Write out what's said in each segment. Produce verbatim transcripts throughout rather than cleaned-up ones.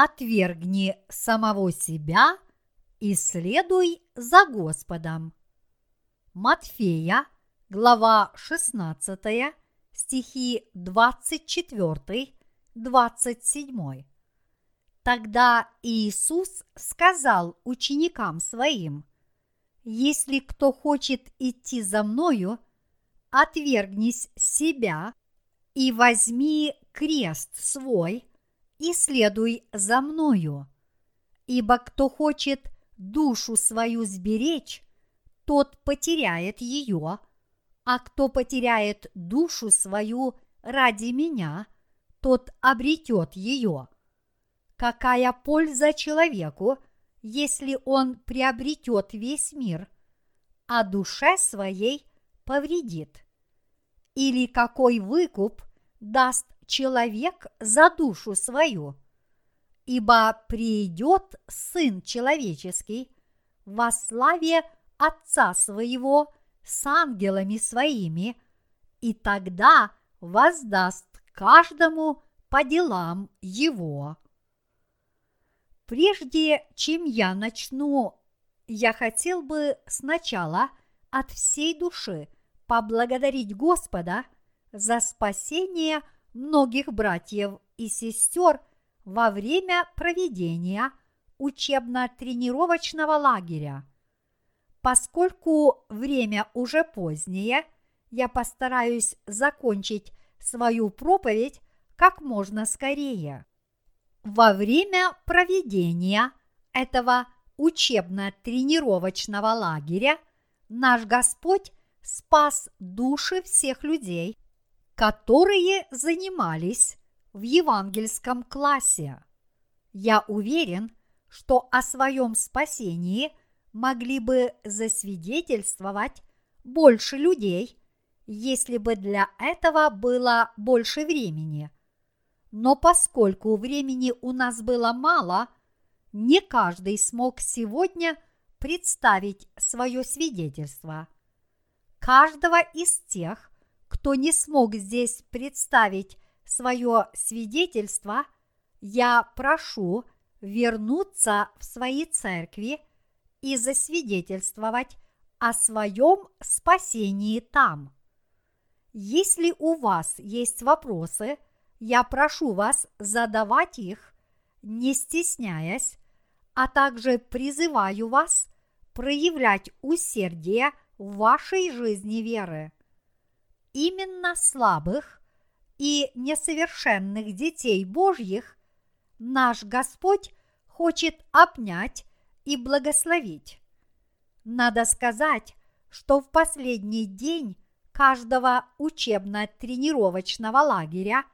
Отвергни самого себя и следуй за Господом. Матфея, глава шестнадцатая, стихи двадцать четыре двадцать семь. Тогда Иисус сказал ученикам своим: «Если кто хочет идти за Мною, отвергнись себя и возьми крест свой и следуй за Мною. Ибо кто хочет душу свою сберечь, тот потеряет ее, а кто потеряет душу свою ради Меня, тот обретет ее. Какая польза человеку, если он приобретет весь мир, а душе своей повредит? Или какой выкуп даст человек за душу свою? Ибо придет Сын Человеческий во славе Отца Своего с ангелами Своими, и тогда воздаст каждому по делам его». Прежде чем я начну, я хотел бы сначала от всей души поблагодарить Господа за спасение многих братьев и сестер во время проведения учебно-тренировочного лагеря. Поскольку время уже позднее, я постараюсь закончить свою проповедь как можно скорее. Во время проведения этого учебно-тренировочного лагеря наш Господь спас души всех людей, которые занимались в евангельском классе. Я уверен, что о своем спасении могли бы засвидетельствовать больше людей, если бы для этого было больше времени. Но поскольку времени у нас было мало, не каждый смог сегодня представить свое свидетельство. Каждого из тех, кто не смог здесь представить свое свидетельство, я прошу вернуться в свои церкви и засвидетельствовать о своем спасении там. Если у вас есть вопросы, я прошу вас задавать их, не стесняясь, а также призываю вас проявлять усердие в вашей жизни веры. Именно слабых и несовершенных детей Божьих наш Господь хочет обнять и благословить. Надо сказать, что в последний день каждого учебно-тренировочного лагеря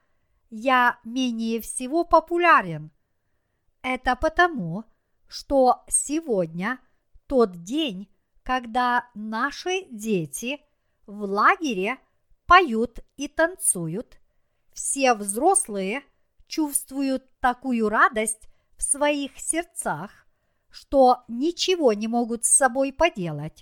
я менее всего популярен. Это потому, что сегодня тот день, когда наши дети в лагере поют и танцуют. Все взрослые чувствуют такую радость в своих сердцах, что ничего не могут с собой поделать.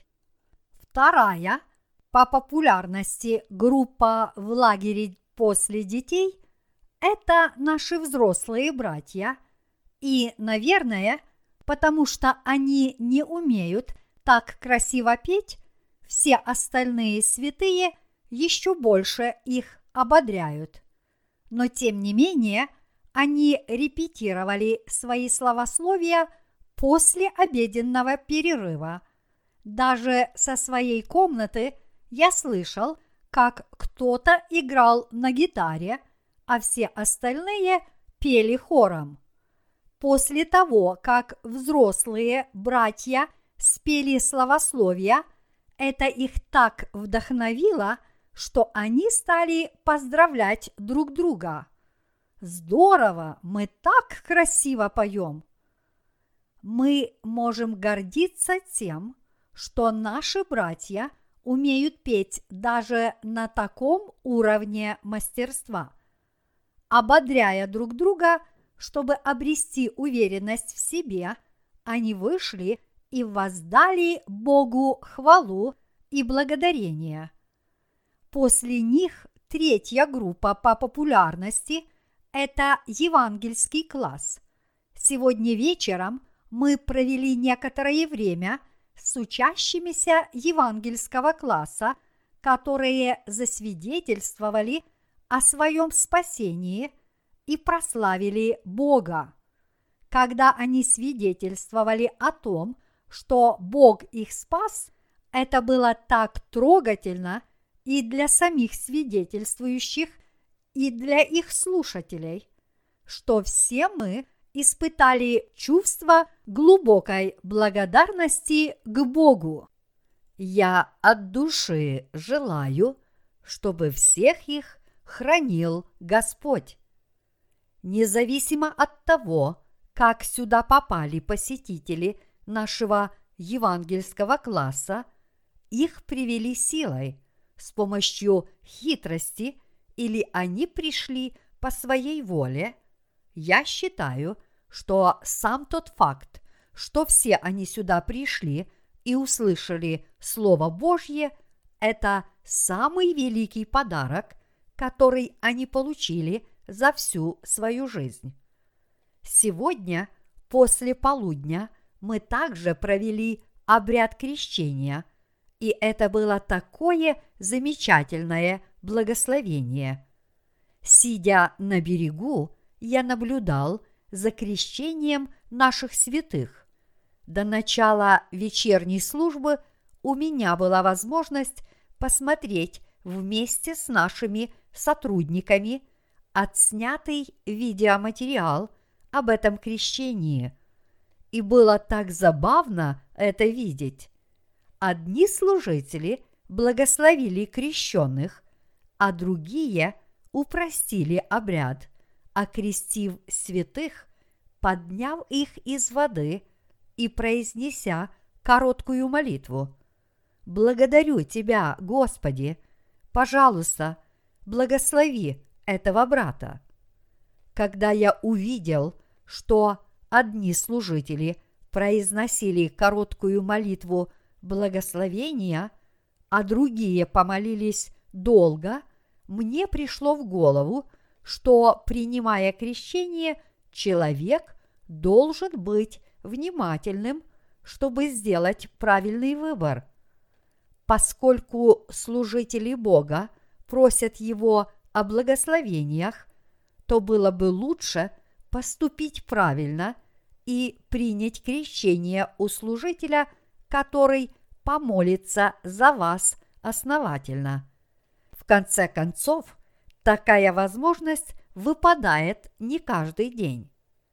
Вторая по популярности группа в лагере после детей – это наши взрослые братья, и, наверное, потому что они не умеют так красиво петь, все остальные святые еще больше их ободряют. Но, тем не менее, они репетировали свои словословия после обеденного перерыва. Даже со своей комнаты я слышал, как кто-то играл на гитаре, а все остальные пели хором. После того, как взрослые братья спели словословия, это их так вдохновило, что они стали поздравлять друг друга. Здорово, мы так красиво поем! Мы можем гордиться тем, что наши братья умеют петь даже на таком уровне мастерства. Ободряя друг друга, чтобы обрести уверенность в себе, они вышли и воздали Богу хвалу и благодарение. После них третья группа по популярности – это евангельский класс. Сегодня вечером мы провели некоторое время с учащимися евангельского класса, которые засвидетельствовали о своем спасении и прославили Бога. Когда они свидетельствовали о том, что Бог их спас, это было так трогательно и для самих свидетельствующих, и для их слушателей, что все мы испытали чувство глубокой благодарности к Богу. Я от души желаю, чтобы всех их хранил Господь. Независимо от того, как сюда попали посетители нашего евангельского класса, их привели силой, с помощью хитрости, или они пришли по своей воле, я считаю, что сам тот факт, что все они сюда пришли и услышали Слово Божье, это самый великий подарок, который они получили за всю свою жизнь. Сегодня, после полудня, мы также провели обряд крещения, и это было такое замечательное благословение. Сидя на берегу, я наблюдал за крещением наших святых. До начала вечерней службы у меня была возможность посмотреть вместе с нашими сотрудниками отснятый видеоматериал об этом крещении. И было так забавно это видеть. Одни служители благословили крещенных, а другие упростили обряд, окрестив святых, подняв их из воды и произнеся короткую молитву. «Благодарю Тебя, Господи! Пожалуйста, благослови этого брата!» Когда я увидел, что одни служители произносили короткую молитву благословения, а другие помолились долго, мне пришло в голову, что, принимая крещение, человек должен быть внимательным, чтобы сделать правильный выбор. Поскольку служители Бога просят Его о благословениях, то было бы лучше поступить правильно и принять крещение у служителя, который помолится за вас основательно. В конце концов, такая возможность выпадает не каждый день.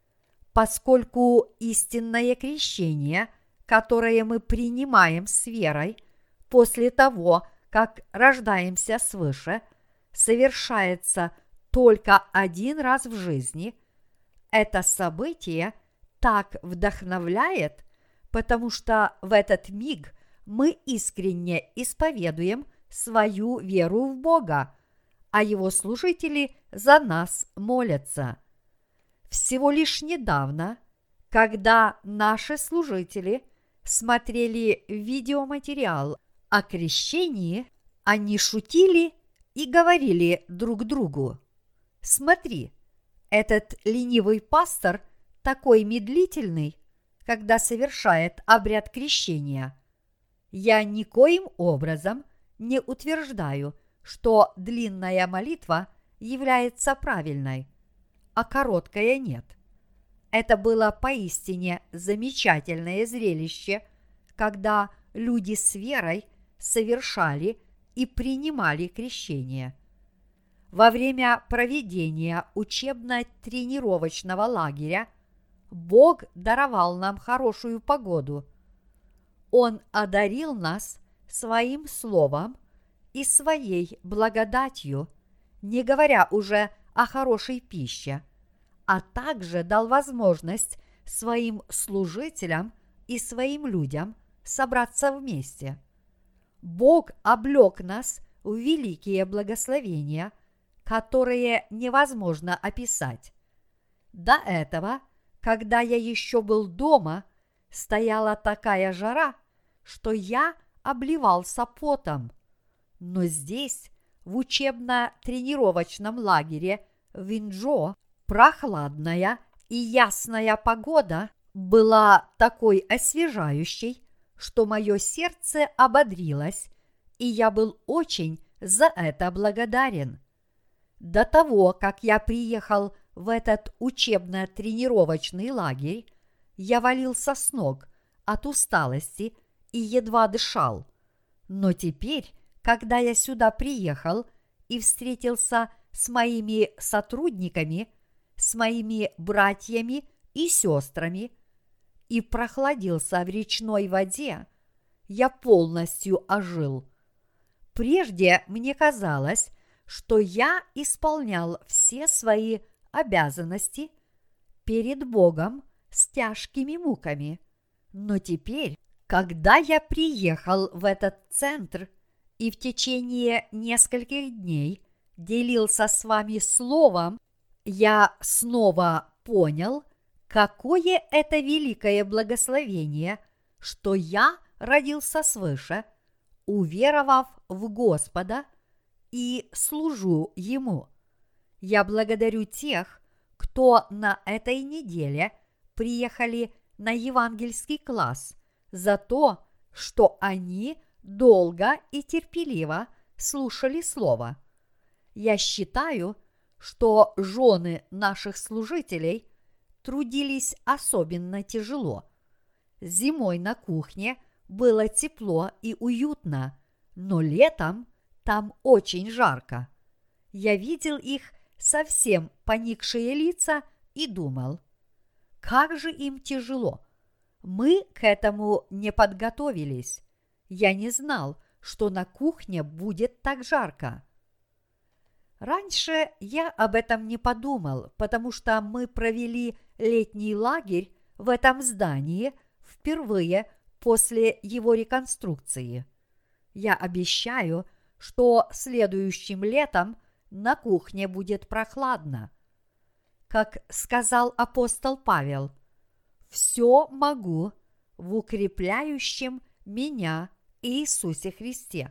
Поскольку истинное крещение, которое мы принимаем с верой после того, как рождаемся свыше, совершается только один раз в жизни, это событие так вдохновляет, потому что в этот миг мы искренне исповедуем свою веру в Бога, а Его служители за нас молятся. Всего лишь недавно, когда наши служители смотрели видеоматериал о крещении, они шутили и говорили друг другу: «Смотри, этот ленивый пастор такой медлительный, когда совершает обряд крещения. Я никоим образом не утверждаю, что длинная молитва является правильной, а короткая нет». Это было поистине замечательное зрелище, когда люди с верой совершали и принимали крещение. Во время проведения учебно-тренировочного лагеря Бог даровал нам хорошую погоду. Он одарил нас своим словом и своей благодатью, не говоря уже о хорошей пище, а также дал возможность своим служителям и своим людям собраться вместе. Бог облек нас в великие благословения, которые невозможно описать. До этого, когда я еще был дома, стояла такая жара, что я обливался потом. Но здесь, в учебно-тренировочном лагере в Инчжоу, прохладная и ясная погода была такой освежающей, что мое сердце ободрилось, и я был очень за это благодарен. До того, как я приехал в этот учебно-тренировочный лагерь, я валился с ног от усталости и едва дышал. Но теперь, когда я сюда приехал и встретился с моими сотрудниками, с моими братьями и сестрами и прохладился в речной воде, я полностью ожил. Прежде мне казалось, что я исполнял все свои обязанности перед Богом с тяжкими муками. Но теперь, когда я приехал в этот центр и в течение нескольких дней делился с вами словом, я снова понял, какое это великое благословение, что я родился свыше, уверовав в Господа и служу Ему. Я благодарю тех, кто на этой неделе приехали на евангельский класс, за то, что они долго и терпеливо слушали Слово. Я считаю, что жены наших служителей трудились особенно тяжело. Зимой на кухне было тепло и уютно, но летом там очень жарко. Я видел их совсем поникшие лица и думал, как же им тяжело. Мы к этому не подготовились. Я не знал, что на кухне будет так жарко. Раньше я об этом не подумал, потому что мы провели летний лагерь в этом здании впервые после его реконструкции. Я обещаю, что следующим летом на кухне будет прохладно. Как сказал апостол Павел, «Все могу в укрепляющем меня Иисусе Христе».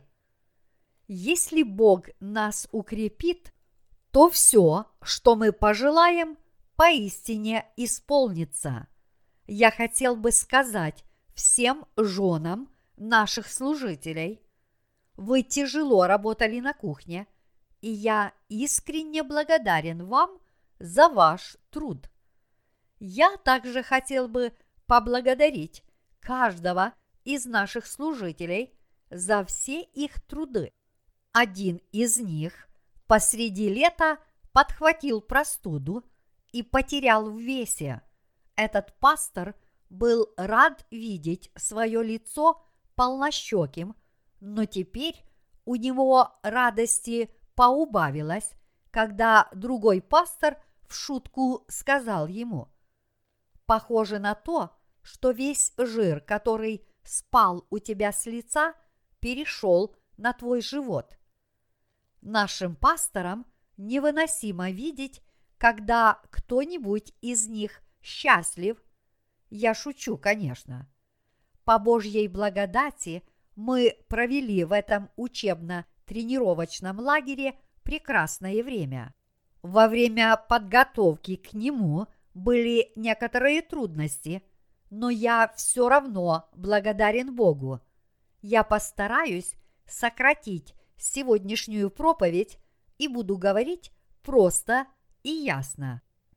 Если Бог нас укрепит, то все, что мы пожелаем, поистине исполнится. Я хотел бы сказать всем женам наших служителей, вы тяжело работали на кухне, и я искренне благодарен вам за ваш труд. Я также хотел бы поблагодарить каждого из наших служителей за все их труды. Один из них посреди лета подхватил простуду и потерял в весе. Этот пастор был рад видеть свое лицо полнощеким, но теперь у него радости поубавилось, когда другой пастор в шутку сказал ему: «Похоже на то, что весь жир, который спал у тебя с лица, перешел на твой живот». Нашим пасторам невыносимо видеть, когда кто-нибудь из них счастлив. Я шучу, конечно. По Божьей благодати мы провели в этом учебно-тренировочном лагере прекрасное время. Во время подготовки к нему были некоторые трудности, но я все равно благодарен Богу. Я постараюсь сократить сегодняшнюю проповедь и буду говорить просто и ясно.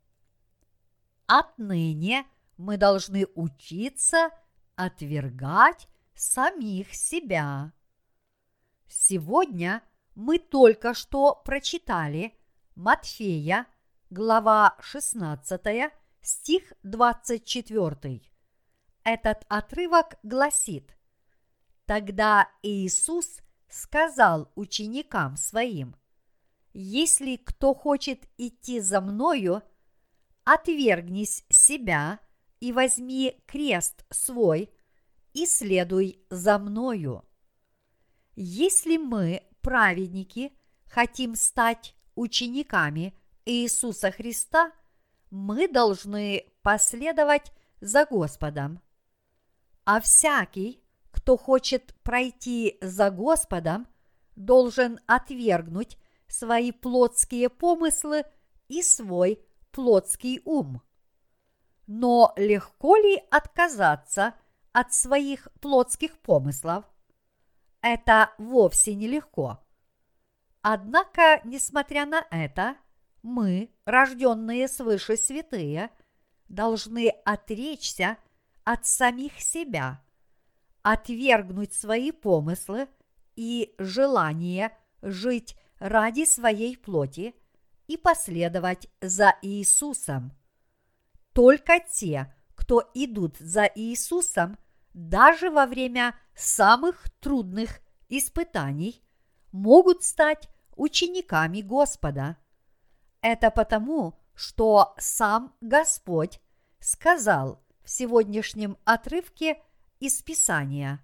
Отныне мы должны учиться отвергать самих себя. Сегодня мы только что прочитали Матфея, глава шестнадцатая, стих двадцать четвёртый. Этот отрывок гласит: «Тогда Иисус сказал ученикам своим: если кто хочет идти за мною, отвергнись себя и возьми крест свой и следуй за мною». Если мы, праведники, хотим стать учениками Иисуса Христа, мы должны последовать за Господом. А всякий, кто хочет пройти за Господом, должен отвергнуть свои плотские помыслы и свой плотский ум. Но легко ли отказаться от своих плотских помыслов? Это вовсе не легко. Однако, несмотря на это, мы, рожденные свыше святые, должны отречься от самих себя, отвергнуть свои помыслы и желание жить ради своей плоти и последовать за Иисусом. Только те, кто идут за Иисусом, даже во время самых трудных испытаний, могут стать учениками Господа. Это потому, что сам Господь сказал в сегодняшнем отрывке из Писания: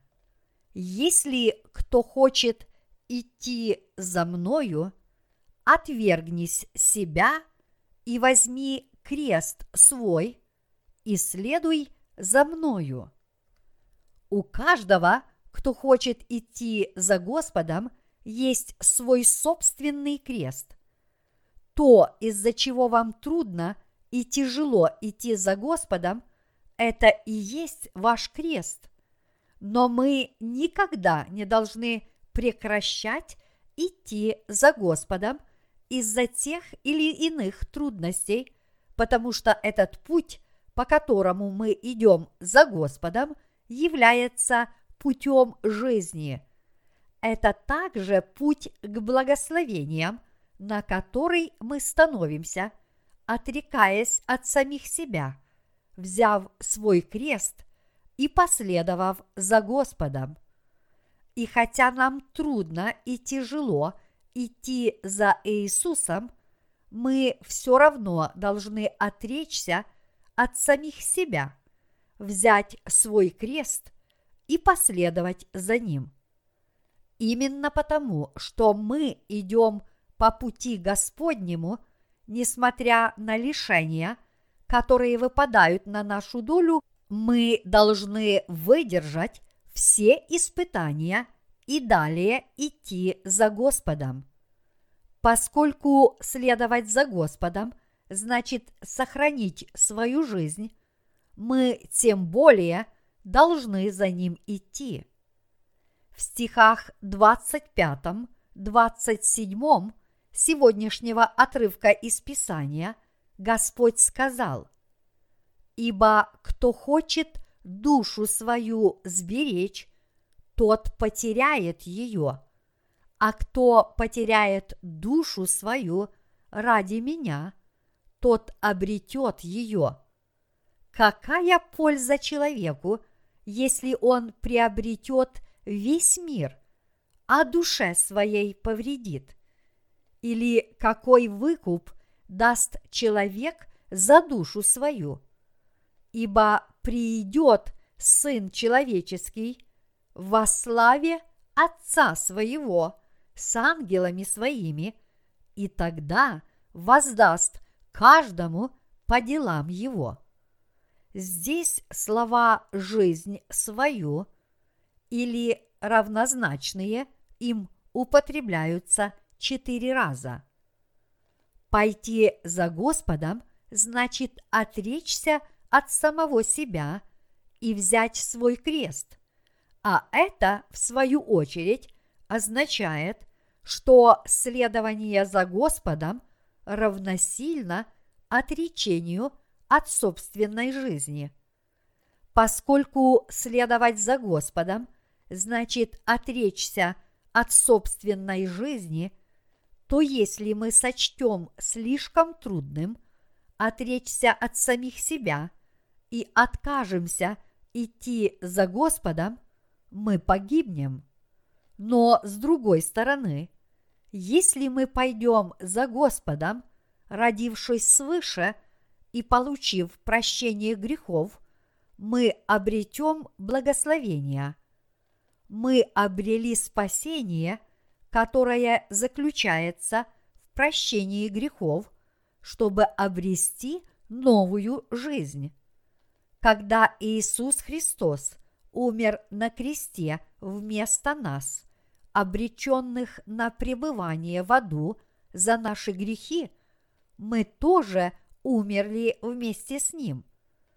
«Если кто хочет идти за мною, отвергнись себя и возьми крест свой и следуй за мною». У каждого, кто хочет идти за Господом, есть свой собственный крест. То, из-за чего вам трудно и тяжело идти за Господом, это и есть ваш крест. Но мы никогда не должны прекращать идти за Господом из-за тех или иных трудностей, потому что этот путь, по которому мы идем за Господом, является путем жизни. Это также путь к благословениям, на который мы становимся, отрекаясь от самих себя, взяв свой крест и последовав за Господом. И хотя нам трудно и тяжело идти за Иисусом, мы все равно должны отречься от самих себя, взять свой крест и последовать за Ним. Именно потому, что мы идем по пути Господнему, несмотря на лишения, которые выпадают на нашу долю, мы должны выдержать все испытания и далее идти за Господом. Поскольку следовать за Господом значит сохранить свою жизнь, мы тем более должны за Ним идти. В стихах двадцать пятом - двадцать седьмом сегодняшнего отрывка из Писания Господь сказал: «Ибо кто хочет душу свою сберечь, тот потеряет ее, а кто потеряет душу свою ради меня, тот обретет ее. Какая польза человеку, если он приобретет весь мир, а душе своей повредит? Или какой выкуп даст человек за душу свою? Ибо придет Сын Человеческий во славе Отца Своего с ангелами Своими, и тогда воздаст каждому по делам его». Здесь слова «жизнь свою» или равнозначные им употребляются четыре раза. Пойти за Господом значит отречься от самого себя и взять свой крест, а это, в свою очередь, означает, что следование за Господом равносильно отречению от собственной жизни. Поскольку следовать за Господом значит отречься от собственной жизни, то если мы сочтем слишком трудным отречься от самих себя и откажемся идти за Господом, мы погибнем. Но с другой стороны, если мы пойдем за Господом, родившись свыше и получив прощение грехов, мы обретем благословение. Мы обрели спасение, которое заключается в прощении грехов, чтобы обрести новую жизнь. Когда Иисус Христос умер на кресте вместо нас, обреченных на пребывание в аду за наши грехи, мы тоже умерли вместе с Ним.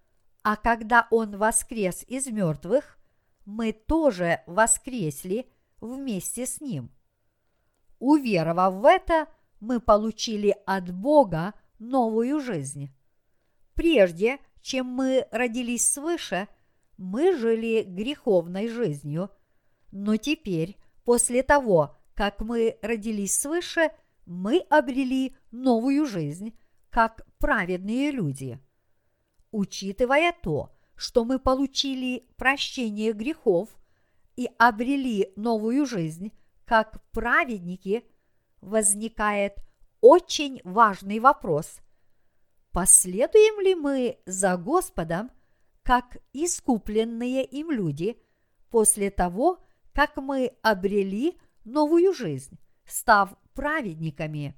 А когда Он воскрес из мертвых, мы тоже воскресли вместе с Ним. Уверовав в это, мы получили от Бога новую жизнь. Прежде чем мы родились свыше, мы жили греховной жизнью, но теперь, после того, как мы родились свыше, мы обрели новую жизнь, как праведные люди. Учитывая то, что мы получили прощение грехов и обрели новую жизнь, как праведники, возникает очень важный вопрос: последуем ли мы за Господом, как искупленные им люди, после того, как мы обрели новую жизнь, став праведниками?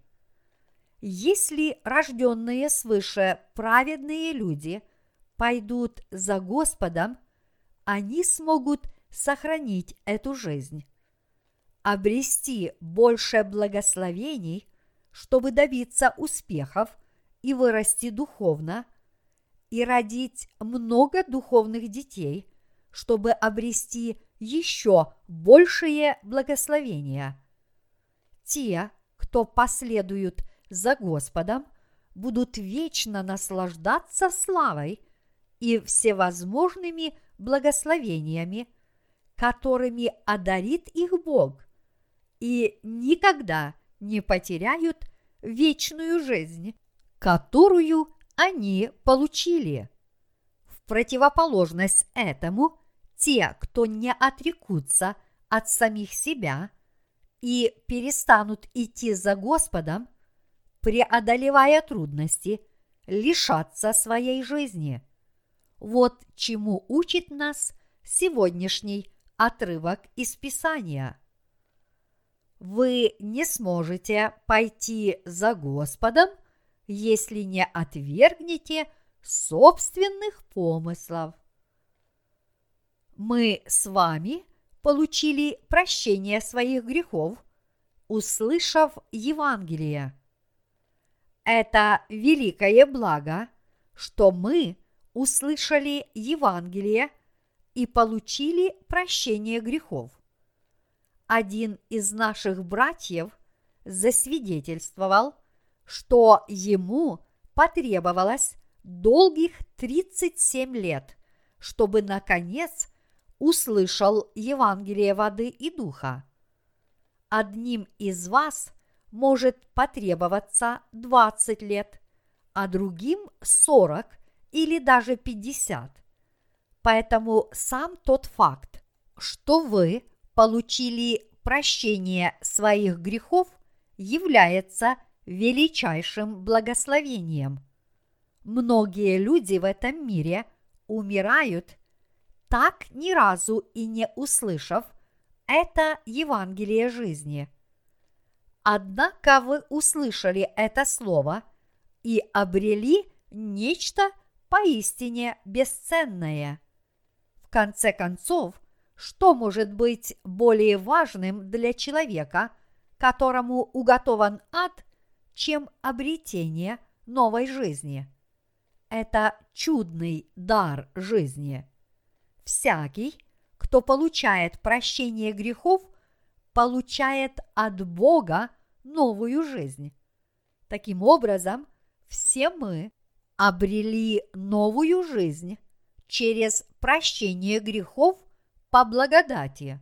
Если рожденные свыше праведные люди пойдут за Господом, они смогут сохранить эту жизнь, обрести больше благословений, чтобы добиться успехов и вырасти духовно, и родить много духовных детей, чтобы обрести еще большее благословение. Те, кто последуют за Господом, будут вечно наслаждаться славой и всевозможными благословениями, которыми одарит их Бог, и никогда не потеряют вечную жизнь, которую они получили. В противоположность этому, те, кто не отрекутся от самих себя и перестанут идти за Господом, преодолевая трудности, лишатся своей жизни. Вот чему учит нас сегодняшний отрывок из Писания. Вы не сможете пойти за Господом, если не отвергнете собственных помыслов. Мы с вами получили прощение своих грехов, услышав Евангелие. Это великое благо, что мы услышали Евангелие и получили прощение грехов. Один из наших братьев засвидетельствовал, что ему потребовалось долгих тридцать семь лет, чтобы наконец услышал Евангелие воды и духа. Одним из вас может потребоваться двадцать лет, а другим сорок или даже пятьдесят. Поэтому сам тот факт, что вы получили прощение своих грехов, является величайшим благословением. Многие люди в этом мире умирают, так ни разу и не услышав это Евангелие жизни. Однако вы услышали это слово и обрели нечто поистине бесценное. В конце концов, что может быть более важным для человека, которому уготован ад, чем обретение новой жизни? Это чудный дар жизни. Всякий, кто получает прощение грехов, получает от Бога новую жизнь. Таким образом, все мы обрели новую жизнь через прощение грехов по благодати.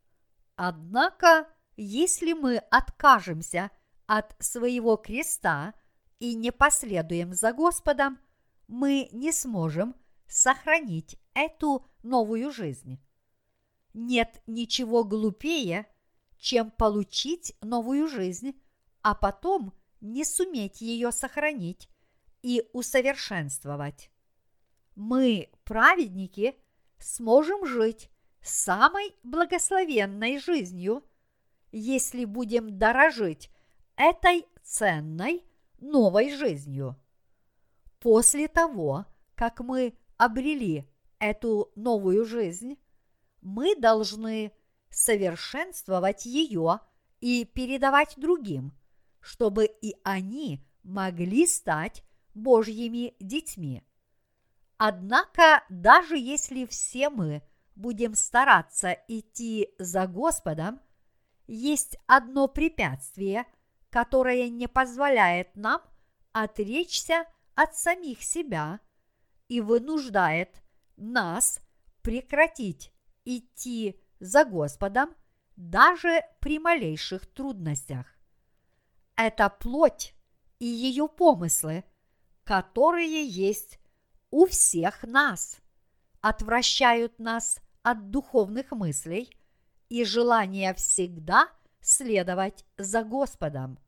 Однако, если мы откажемся от своего креста и не последуем за Господом, мы не сможем сохранить эту новую жизнь. Нет ничего глупее, чем получить новую жизнь, а потом не суметь ее сохранить и усовершенствовать. Мы, праведники, сможем жить самой благословенной жизнью, если будем дорожить этой ценной новой жизнью. После того, как мы обрели эту новую жизнь, мы должны совершенствовать ее и передавать другим, чтобы и они могли стать Божьими детьми. Однако, даже если все мы будем стараться идти за Господом, есть одно препятствие, которое не позволяет нам отречься от самих себя и вынуждает нас прекратить идти за Господом даже при малейших трудностях. Это плоть и ее помыслы, которые есть у всех нас, отвращают нас от духовных мыслей и желания всегда следовать за Господом.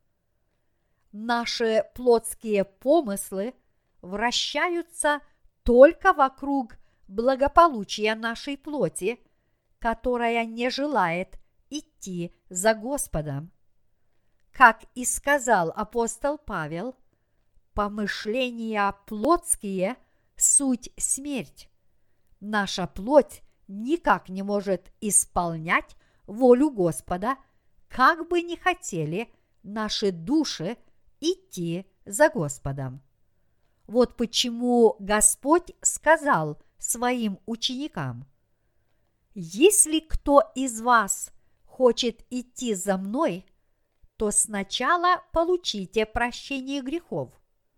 Наши плотские помыслы вращаются только вокруг благополучия нашей плоти, которая не желает идти за Господом. Как и сказал апостол Павел, помышления плотские – суть смерть. Наша плоть никак не может исполнять волю Господа, как бы ни хотели наши души идти за Господом. Вот почему Господь сказал своим ученикам: «Если кто из вас хочет идти за мной, то сначала получите прощение грехов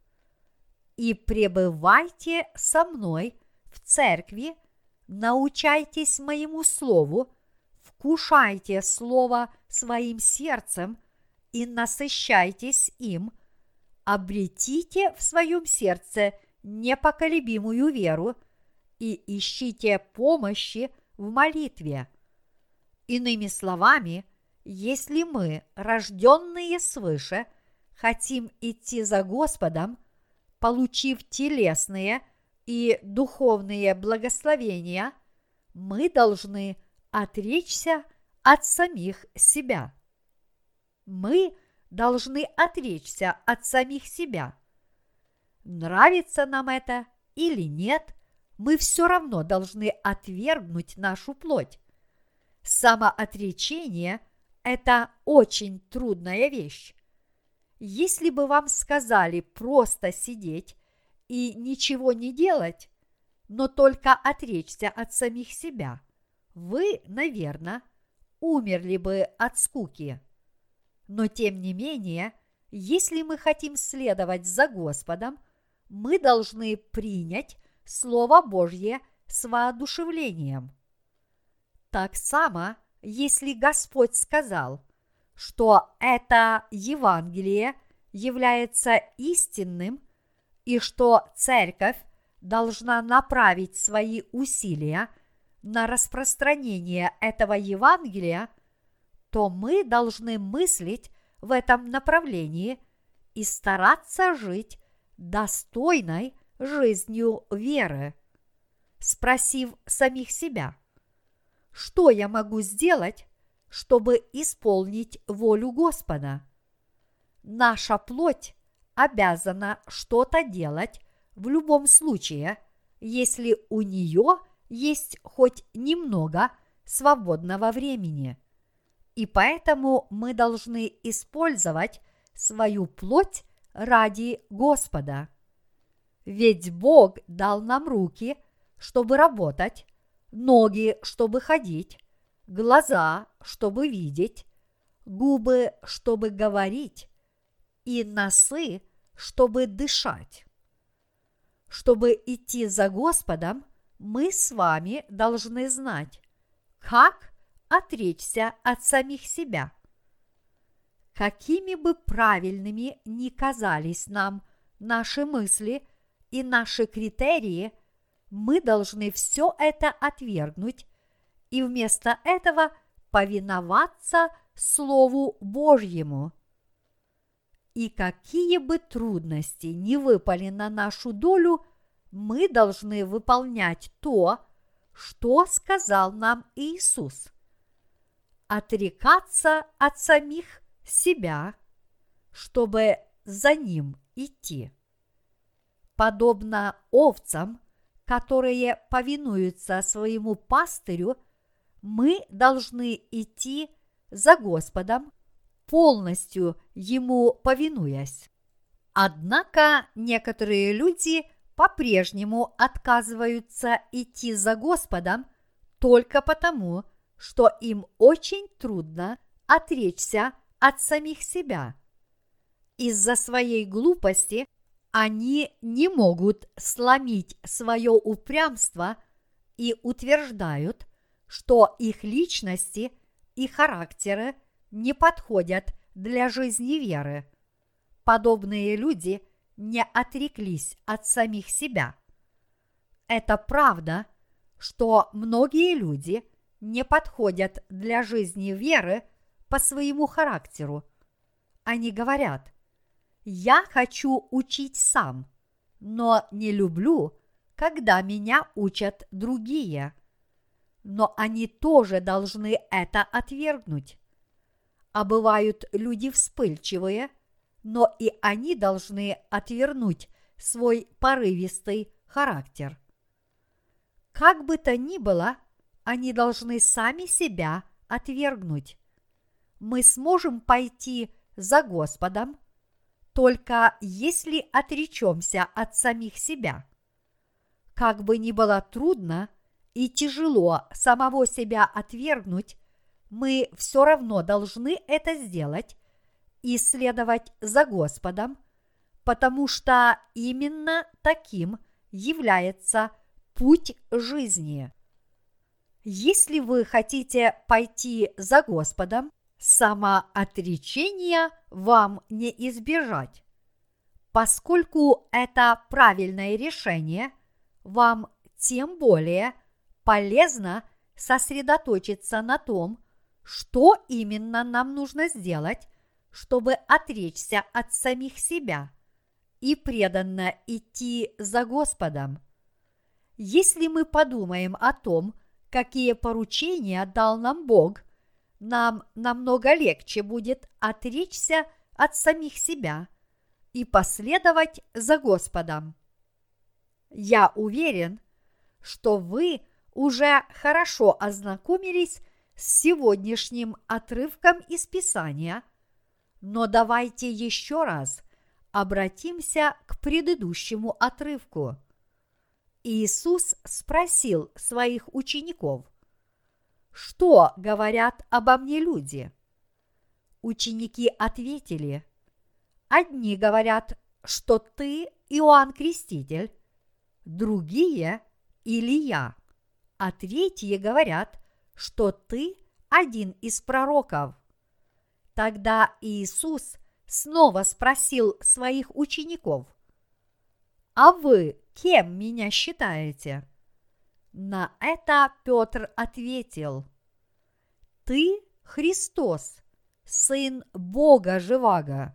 и пребывайте со мной в церкви, научайтесь моему слову, вкушайте слово своим сердцем и насыщайтесь им, обретите в своем сердце непоколебимую веру и ищите помощи в молитве». Иными словами, если мы, рожденные свыше, хотим идти за Господом, получив телесные и духовные благословения, мы должны отречься от самих себя. Мы должны отречься от самих себя. Нравится нам это или нет, мы все равно должны отвергнуть нашу плоть. Самоотречение – это очень трудная вещь. Если бы вам сказали просто сидеть и ничего не делать, но только отречься от самих себя, вы, наверное, умерли бы от скуки. Но тем не менее, если мы хотим следовать за Господом, мы должны принять Слово Божье с воодушевлением. Так само, если Господь сказал, что это Евангелие является истинным и что церковь должна направить свои усилия на распространение этого Евангелия, то мы должны мыслить в этом направлении и стараться жить достойной жизнью веры, спросив самих себя: что я могу сделать, чтобы исполнить волю Господа? Наша плоть обязана что-то делать в любом случае, если у нее есть хоть немного свободного времени. И поэтому мы должны использовать свою плоть ради Господа. Ведь Бог дал нам руки, чтобы работать, ноги, чтобы ходить, глаза, чтобы видеть, губы, чтобы говорить, и носы, чтобы дышать. Чтобы идти за Господом, мы с вами должны знать, как отречься от самих себя. Какими бы правильными ни казались нам наши мысли и наши критерии, мы должны все это отвергнуть и вместо этого повиноваться Слову Божьему. И какие бы трудности ни выпали на нашу долю, мы должны выполнять то, что сказал нам Иисус. Отрекаться от самих себя, чтобы за Ним идти. Подобно овцам, которые повинуются своему пастырю, мы должны идти за Господом, полностью Ему повинуясь. Однако некоторые люди по-прежнему отказываются идти за Господом только потому, что им очень трудно отречься от самих себя. Из-за своей глупости они не могут сломить свое упрямство и утверждают, что их личности и характеры не подходят для жизни веры. Подобные люди не отреклись от самих себя. Это правда, что многие люди не подходят для жизни веры по своему характеру. Они говорят: «Я хочу учить сам, но не люблю, когда меня учат другие». Но они тоже должны это отвергнуть. А бывают люди вспыльчивые, но и они должны отвернуть свой порывистый характер. Как бы то ни было, они должны сами себя отвергнуть. Мы сможем пойти за Господом, только если отречемся от самих себя. Как бы ни было трудно и тяжело самого себя отвергнуть, мы все равно должны это сделать и следовать за Господом, потому что именно таким является путь жизни. Если вы хотите пойти за Господом, самоотречения вам не избежать. Поскольку это правильное решение, вам тем более полезно сосредоточиться на том, что именно нам нужно сделать, чтобы отречься от самих себя и преданно идти за Господом. Если мы подумаем о том, какие поручения дал нам Бог, нам намного легче будет отречься от самих себя и последовать за Господом. Я уверен, что вы уже хорошо ознакомились с сегодняшним отрывком из Писания, но давайте еще раз обратимся к предыдущему отрывку. Иисус спросил своих учеников: «Что говорят обо мне люди?» Ученики ответили: «Одни говорят, что ты Иоанн Креститель, другие – Илия, а третьи говорят, что ты один из пророков». Тогда Иисус снова спросил своих учеников: «А вы кем меня считаете?» На это Петр ответил: «Ты Христос, Сын Бога Живаго».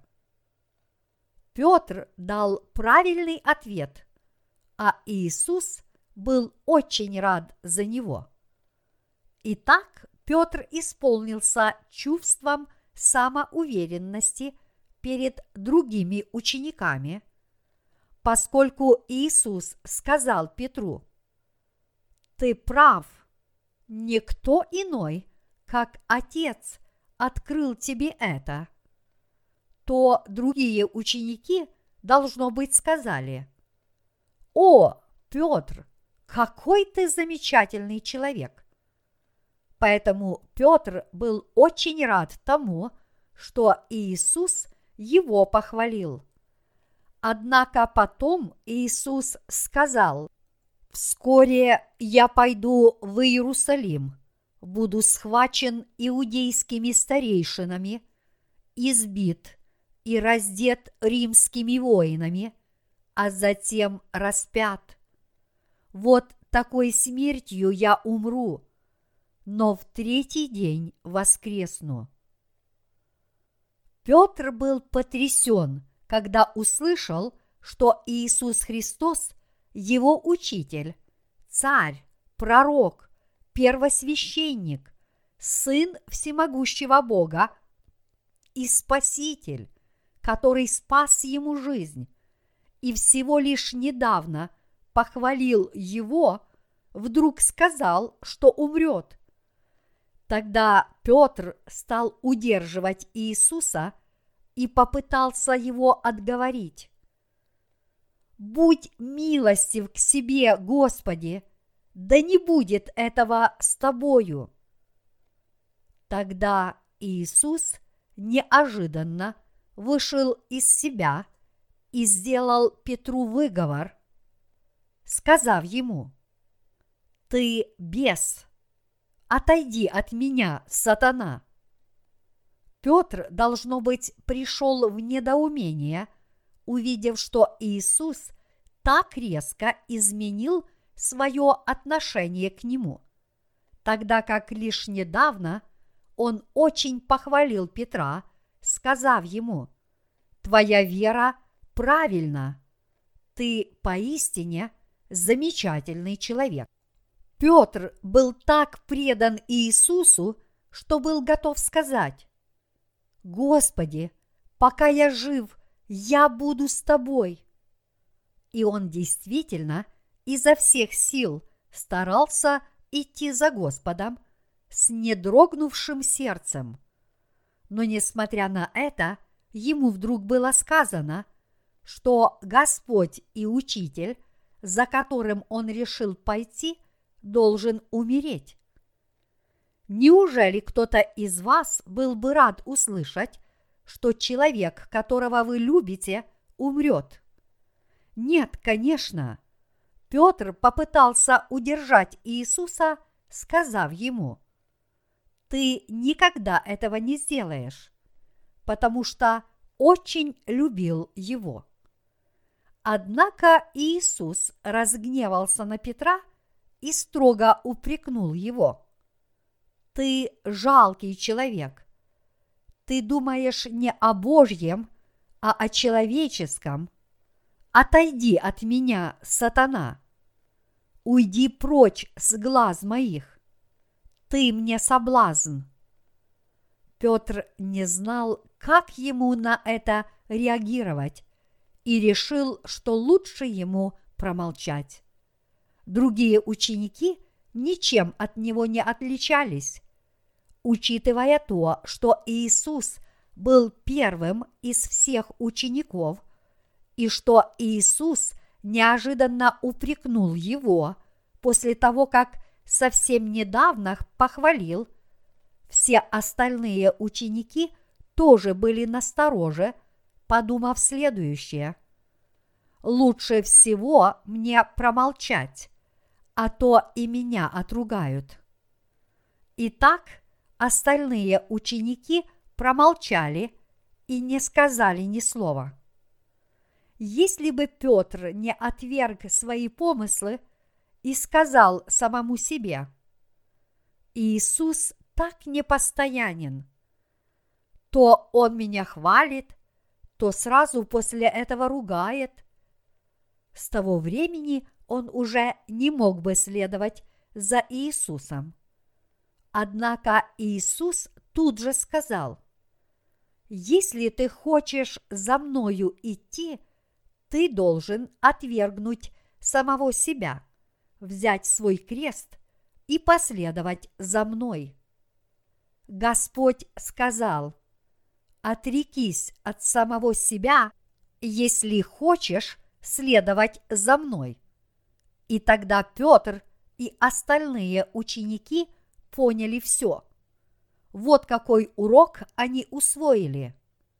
Петр дал правильный ответ, а Иисус был очень рад за него. Итак, Петр исполнился чувством самоуверенности перед другими учениками, поскольку Иисус сказал Петру: «Ты прав, никто иной, как Отец, открыл тебе это», то другие ученики, должно быть, сказали: «О, Петр, какой ты замечательный человек!» Поэтому Петр был очень рад тому, что Иисус его похвалил. Однако потом Иисус сказал: «Вскоре я пойду в Иерусалим, буду схвачен иудейскими старейшинами, избит и раздет римскими воинами, а затем распят. Вот такой смертью я умру, но в третий день воскресну». Петр был потрясен, когда услышал, что Иисус Христос – его учитель, царь, пророк, первосвященник, сын всемогущего Бога и Спаситель, который спас ему жизнь, и всего лишь недавно похвалил его, вдруг сказал, что умрет. Тогда Петр стал удерживать Иисуса и попытался его отговорить. Будь милостив к себе, Господи, да не будет этого с тобою. Тогда Иисус неожиданно вышел из себя и сделал Петру выговор, сказав ему: «Ты бес, отойди от меня, сатана». Петр, должно быть, пришел в недоумение, увидев, что Иисус так резко изменил свое отношение к нему, тогда как лишь недавно он очень похвалил Петра, сказав ему: «Твоя вера правильна, ты поистине замечательный человек». Петр был так предан Иисусу, что был готов сказать: «Господи, пока я жив, я буду с тобой». И он действительно изо всех сил старался идти за Господом с недрогнувшим сердцем. Но, несмотря на это, ему вдруг было сказано, что Господь и Учитель, за которым он решил пойти, должен умереть. Неужели кто-то из вас был бы рад услышать, что человек, которого вы любите, умрет? Нет, конечно. Петр попытался удержать Иисуса, сказав ему: «Ты никогда этого не сделаешь», потому что очень любил его. Однако Иисус разгневался на Петра и строго упрекнул его: «Ты жалкий человек. Ты думаешь не о Божьем, а о человеческом. Отойди от меня, сатана. Уйди прочь с глаз моих. Ты мне соблазн». Петр не знал, как ему на это реагировать, и решил, что лучше ему промолчать. Другие ученики ничем от него не отличались. Учитывая то, что Иисус был первым из всех учеников, и что Иисус неожиданно упрекнул его после того, как совсем недавно похвалил, все остальные ученики тоже были настороже, подумав следующее: «Лучше всего мне промолчать, а то и меня отругают». Итак, остальные ученики промолчали и не сказали ни слова. Если бы Петр не отверг свои помыслы и сказал самому себе: «Иисус так непостоянен, то он меня хвалит, то сразу после этого ругает», с того времени он уже не мог бы следовать за Иисусом. Однако Иисус тут же сказал: «Если ты хочешь за мною идти, ты должен отвергнуть самого себя, взять свой крест и последовать за мной». Господь сказал: «Отрекись от самого себя, если хочешь следовать за мной». И тогда Петр и остальные ученики поняли все. Вот какой урок они усвоили.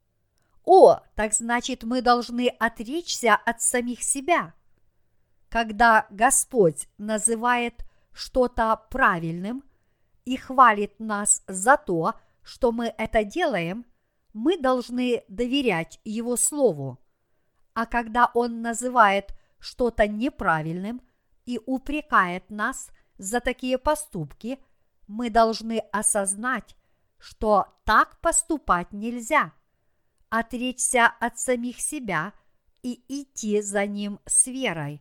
О, так значит, мы должны отречься от самих себя. Когда Господь называет что-то правильным и хвалит нас за то, что мы это делаем, мы должны доверять Его Слову. А когда Он называет что-то неправильным и упрекает нас за такие поступки, мы должны осознать, что так поступать нельзя, отречься от самих себя и идти за Ним с верой.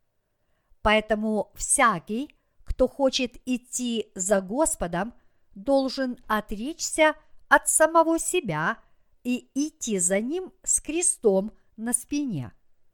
Поэтому всякий, кто хочет идти за Господом, должен отречься от самого себя и идти за Ним с крестом на спине.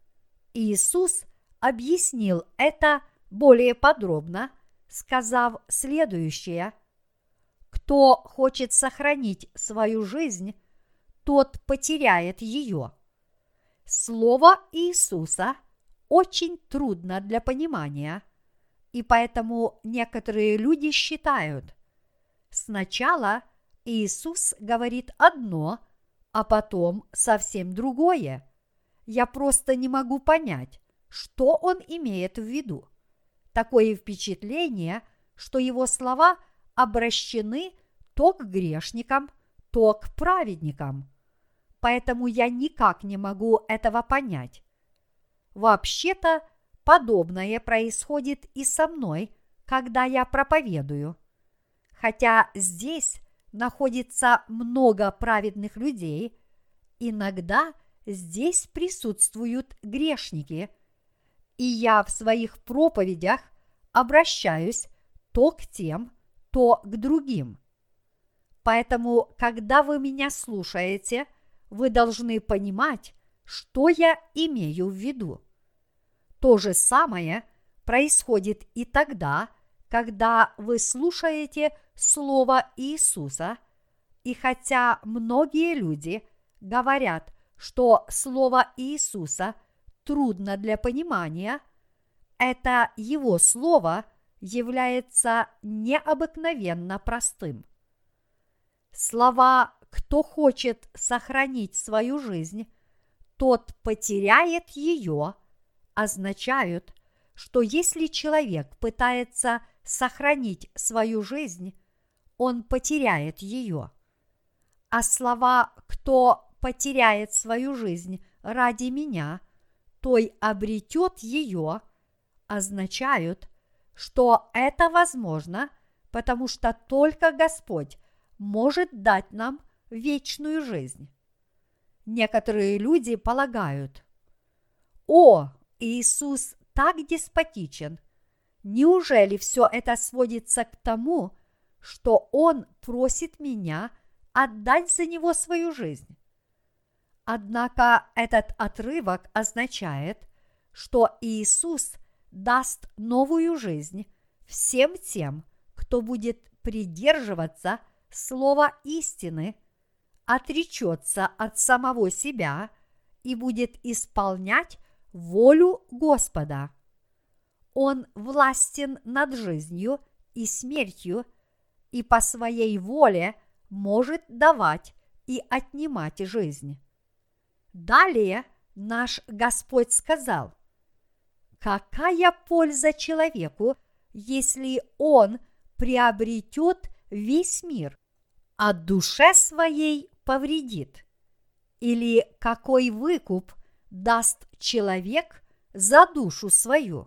Иисус объяснил это более подробно, сказав следующее: «Кто хочет сохранить свою жизнь, тот потеряет ее». Слово Иисуса очень трудно для понимания, и поэтому некоторые люди считают, сначала Иисус говорит одно, а потом совсем другое. Я просто не могу понять, что он имеет в виду. Такое впечатление, что его слова обращены то к грешникам, то к праведникам. Поэтому я никак не могу этого понять. Вообще-то, подобное происходит и со мной, когда я проповедую. Хотя здесь находится много праведных людей, иногда здесь присутствуют грешники, и я в своих проповедях обращаюсь то к тем, то к другим. Поэтому, когда вы меня слушаете, вы должны понимать, что я имею в виду. То же самое происходит и тогда, когда вы слушаете Слово Иисуса, и хотя многие люди говорят, что Слово Иисуса трудно для понимания, это Его Слово является необыкновенно простым. Слова «кто хочет сохранить свою жизнь, тот потеряет ее» означают, что если человек пытается сохранить свою жизнь, он потеряет ее. А слова «кто потеряет свою жизнь ради меня, той обретет ее» означают, что это возможно, потому что только Господь может дать нам вечную жизнь. Некоторые люди полагают: «О, Иисус так деспотичен! Неужели все это сводится к тому, что Он просит меня отдать за Него свою жизнь?» Однако этот отрывок означает, что Иисус даст новую жизнь всем тем, кто будет придерживаться слова истины, отречется от самого себя и будет исполнять волю Господа. Он властен над жизнью и смертью и по своей воле может давать и отнимать жизнь. Далее наш Господь сказал: «Какая польза человеку, если он приобретет весь мир, а душе своей повредит? Или какой выкуп даст человек за душу свою?»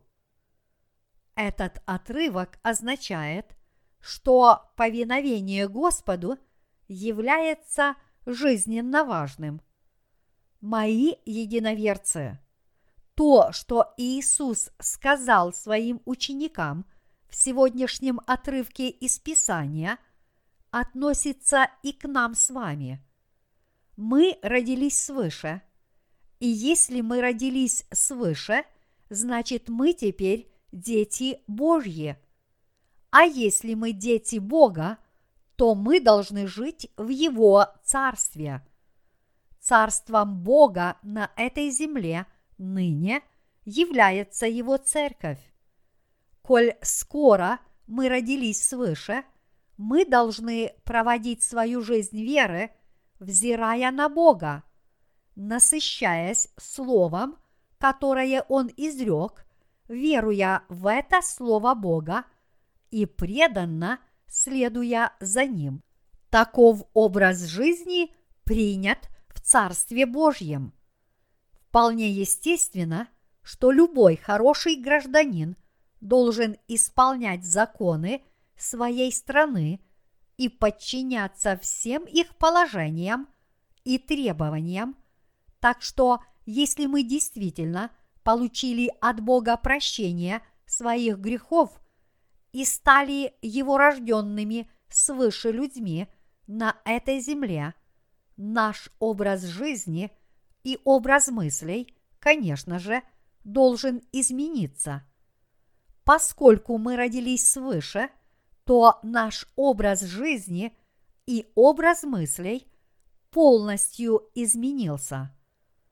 Этот отрывок означает, что повиновение Господу является жизненно важным. Мои единоверцы, то, что Иисус сказал своим ученикам в сегодняшнем отрывке из Писания, относится и к нам с вами. Мы родились свыше, и если мы родились свыше, значит, мы теперь дети Божьи. А если мы дети Бога, то мы должны жить в Его Царстве. Царством Бога на этой земле ныне является Его Церковь. Коль скоро мы родились свыше, мы должны проводить свою жизнь веры, взирая на Бога, насыщаясь Словом, которое Он изрек, веруя в это Слово Бога и преданно следуя за Ним. Таков образ жизни принят в Царстве Божьем. Вполне естественно, что любой хороший гражданин должен исполнять законы своей страны и подчиняться всем их положениям и требованиям. Так что, если мы действительно получили от Бога прощение своих грехов и стали Его рожденными свыше людьми на этой земле, наш образ жизни и образ мыслей, конечно же, должен измениться. Поскольку мы родились свыше, то наш образ жизни и образ мыслей полностью изменился.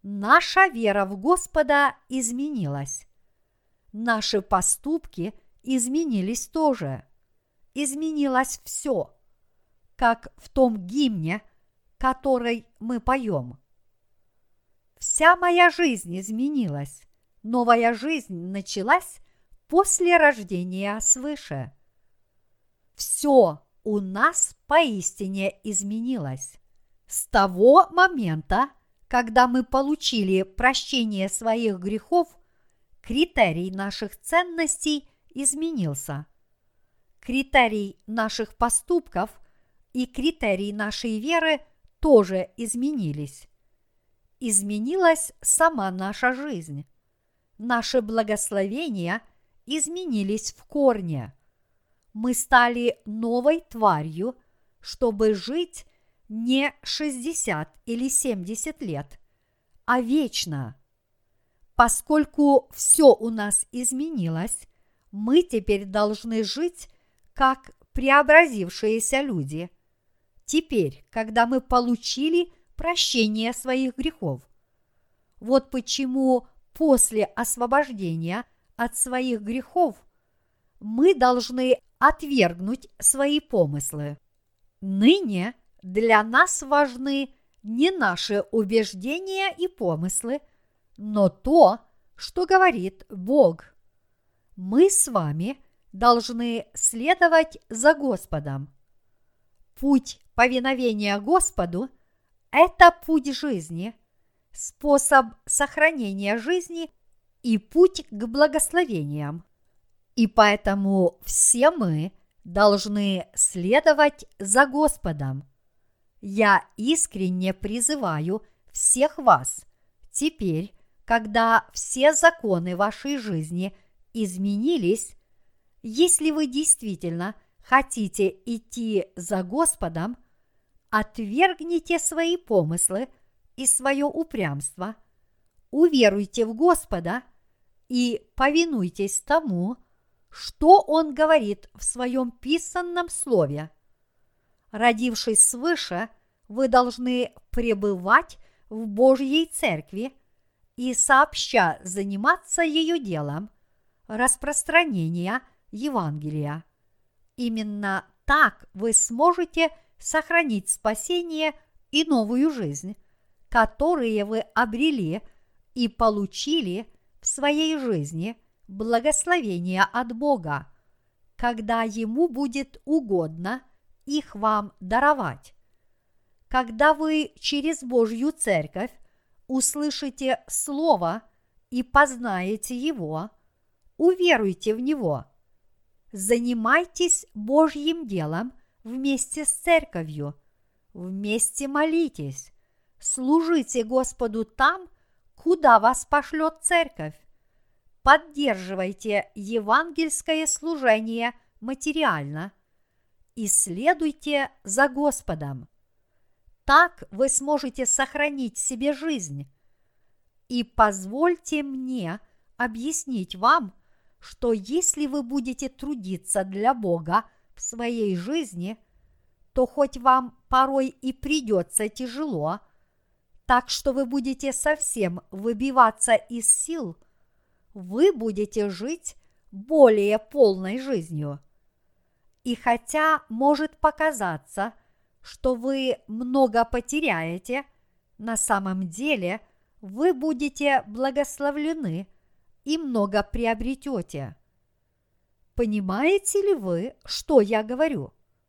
Наша вера в Господа изменилась. Наши поступки изменились тоже. Изменилось все, как в том гимне, который мы поем. Вся моя жизнь изменилась. Новая жизнь началась после рождения свыше. Все у нас поистине изменилось. С того момента, когда мы получили прощение своих грехов, критерий наших ценностей изменился. Критерий наших поступков и критерий нашей веры тоже изменились. Изменилась сама наша жизнь. Наши благословения изменились в корне. Мы стали новой тварью, чтобы жить не шестьдесят или семьдесят лет, а вечно. Поскольку все у нас изменилось, мы теперь должны жить как преобразившиеся люди. Теперь, когда мы получили прощение своих грехов. Вот почему после освобождения от своих грехов мы должны отвергнуть свои помыслы. Ныне для нас важны не наши убеждения и помыслы, но то, что говорит Бог. Мы с вами должны следовать за Господом. Путь повиновения Господу – это путь жизни, способ сохранения жизни и путь к благословениям. И поэтому все мы должны следовать за Господом. Я искренне призываю всех вас теперь, когда все законы вашей жизни изменились, если вы действительно хотите идти за Господом, отвергните свои помыслы и свое упрямство, уверуйте в Господа и повинуйтесь тому, что Он говорит в своем писанном слове. Родившись свыше, вы должны пребывать в Божьей церкви и сообща заниматься ее делом распространения Евангелия. Именно так вы сможете сохранить спасение и новую жизнь, которые вы обрели и получили в своей жизни благословения от Бога, когда Ему будет угодно их вам даровать. Когда вы через Божью церковь услышите Слово и познаете Его, уверуйте в Него. Занимайтесь Божьим делом вместе с церковью, вместе молитесь, служите Господу там, куда вас пошлет церковь. Поддерживайте евангельское служение материально и следуйте за Господом. Так вы сможете сохранить себе жизнь. И позвольте мне объяснить вам, что если вы будете трудиться для Бога в своей жизни, то хоть вам порой и придется тяжело, так что вы будете совсем выбиваться из сил, вы будете жить более полной жизнью. И хотя может показаться, что вы много потеряете, на самом деле вы будете благословлены и много приобретете. Понимаете ли вы, что я говорю?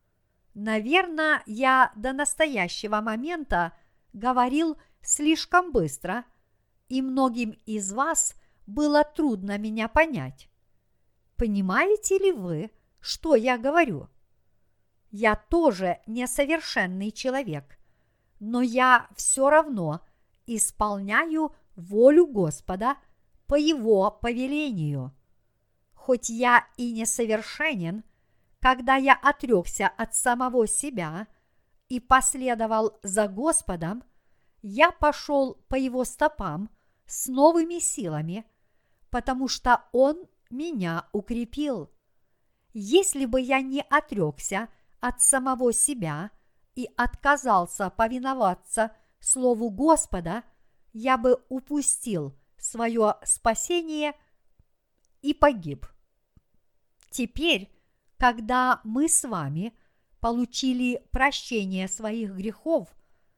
Наверное, я до настоящего момента говорил слишком быстро, и многим из вас было трудно меня понять. Понимаете ли вы, что я говорю? Я тоже несовершенный человек, но я все равно исполняю волю Господа по Его повелению. Хоть я и несовершенен, когда я отрекся от самого себя и последовал за Господом, я пошел по Его стопам с новыми силами, потому что Он меня укрепил. Если бы я не отрекся от самого себя и отказался повиноваться Слову Господа, я бы упустил свое спасение и погиб. Теперь, когда мы с вами получили прощение своих грехов,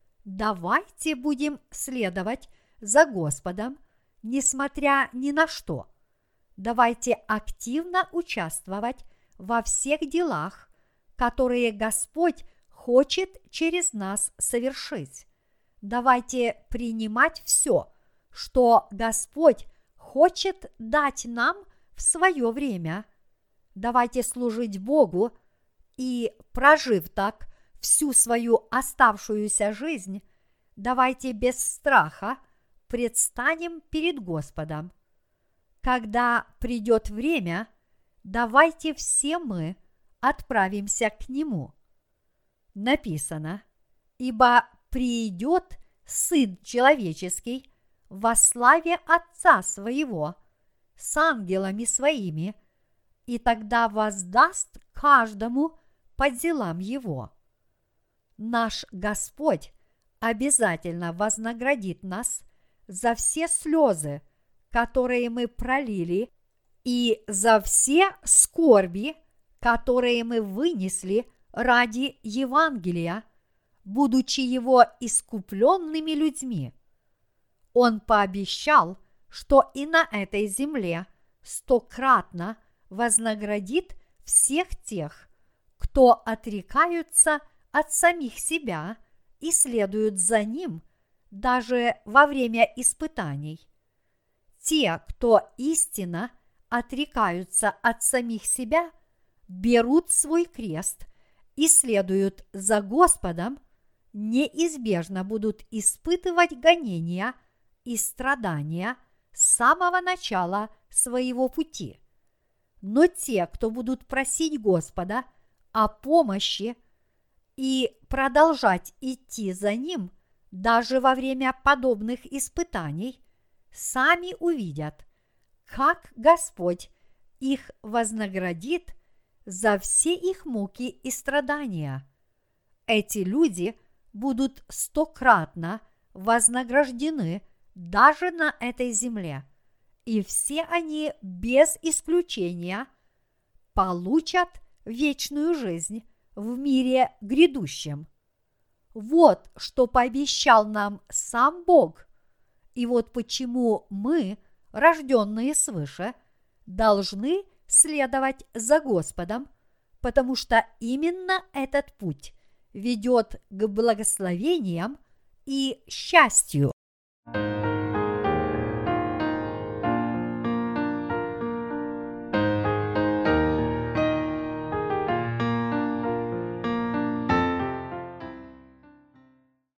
давайте будем следовать за Господом, несмотря ни на что. Давайте активно участвовать во всех делах, которые Господь хочет через нас совершить. Давайте принимать все, что Господь хочет дать нам в свое время. Давайте служить Богу и, прожив так всю свою оставшуюся жизнь, давайте без страха предстанем перед Господом. Когда придет время, давайте все мы отправимся к Нему. Написано: «Ибо придет Сын Человеческий во славе Отца Своего с ангелами Своими, и тогда воздаст каждому по делам Его». Наш Господь обязательно вознаградит нас за все слезы, которые мы пролили, и за все скорби, которые мы вынесли ради Евангелия, будучи Его искупленными людьми. Он пообещал, что и на этой земле стократно вознаградит всех тех, кто отрекаются от самих себя и следуют за Ним даже во время испытаний. Те, кто истинно отрекаются от самих себя, берут свой крест и следуют за Господом, неизбежно будут испытывать гонения и страдания с самого начала своего пути. Но те, кто будут просить Господа о помощи и продолжать идти за Ним даже во время подобных испытаний, сами увидят, как Господь их вознаградит за все их муки и страдания. Эти люди будут стократно вознаграждены даже на этой земле, и все они без исключения получат вечную жизнь в мире грядущем. Вот что пообещал нам сам Бог, и вот почему мы, рожденные свыше, должны следовать за Господом, потому что именно этот путь ведет к благословениям и счастью.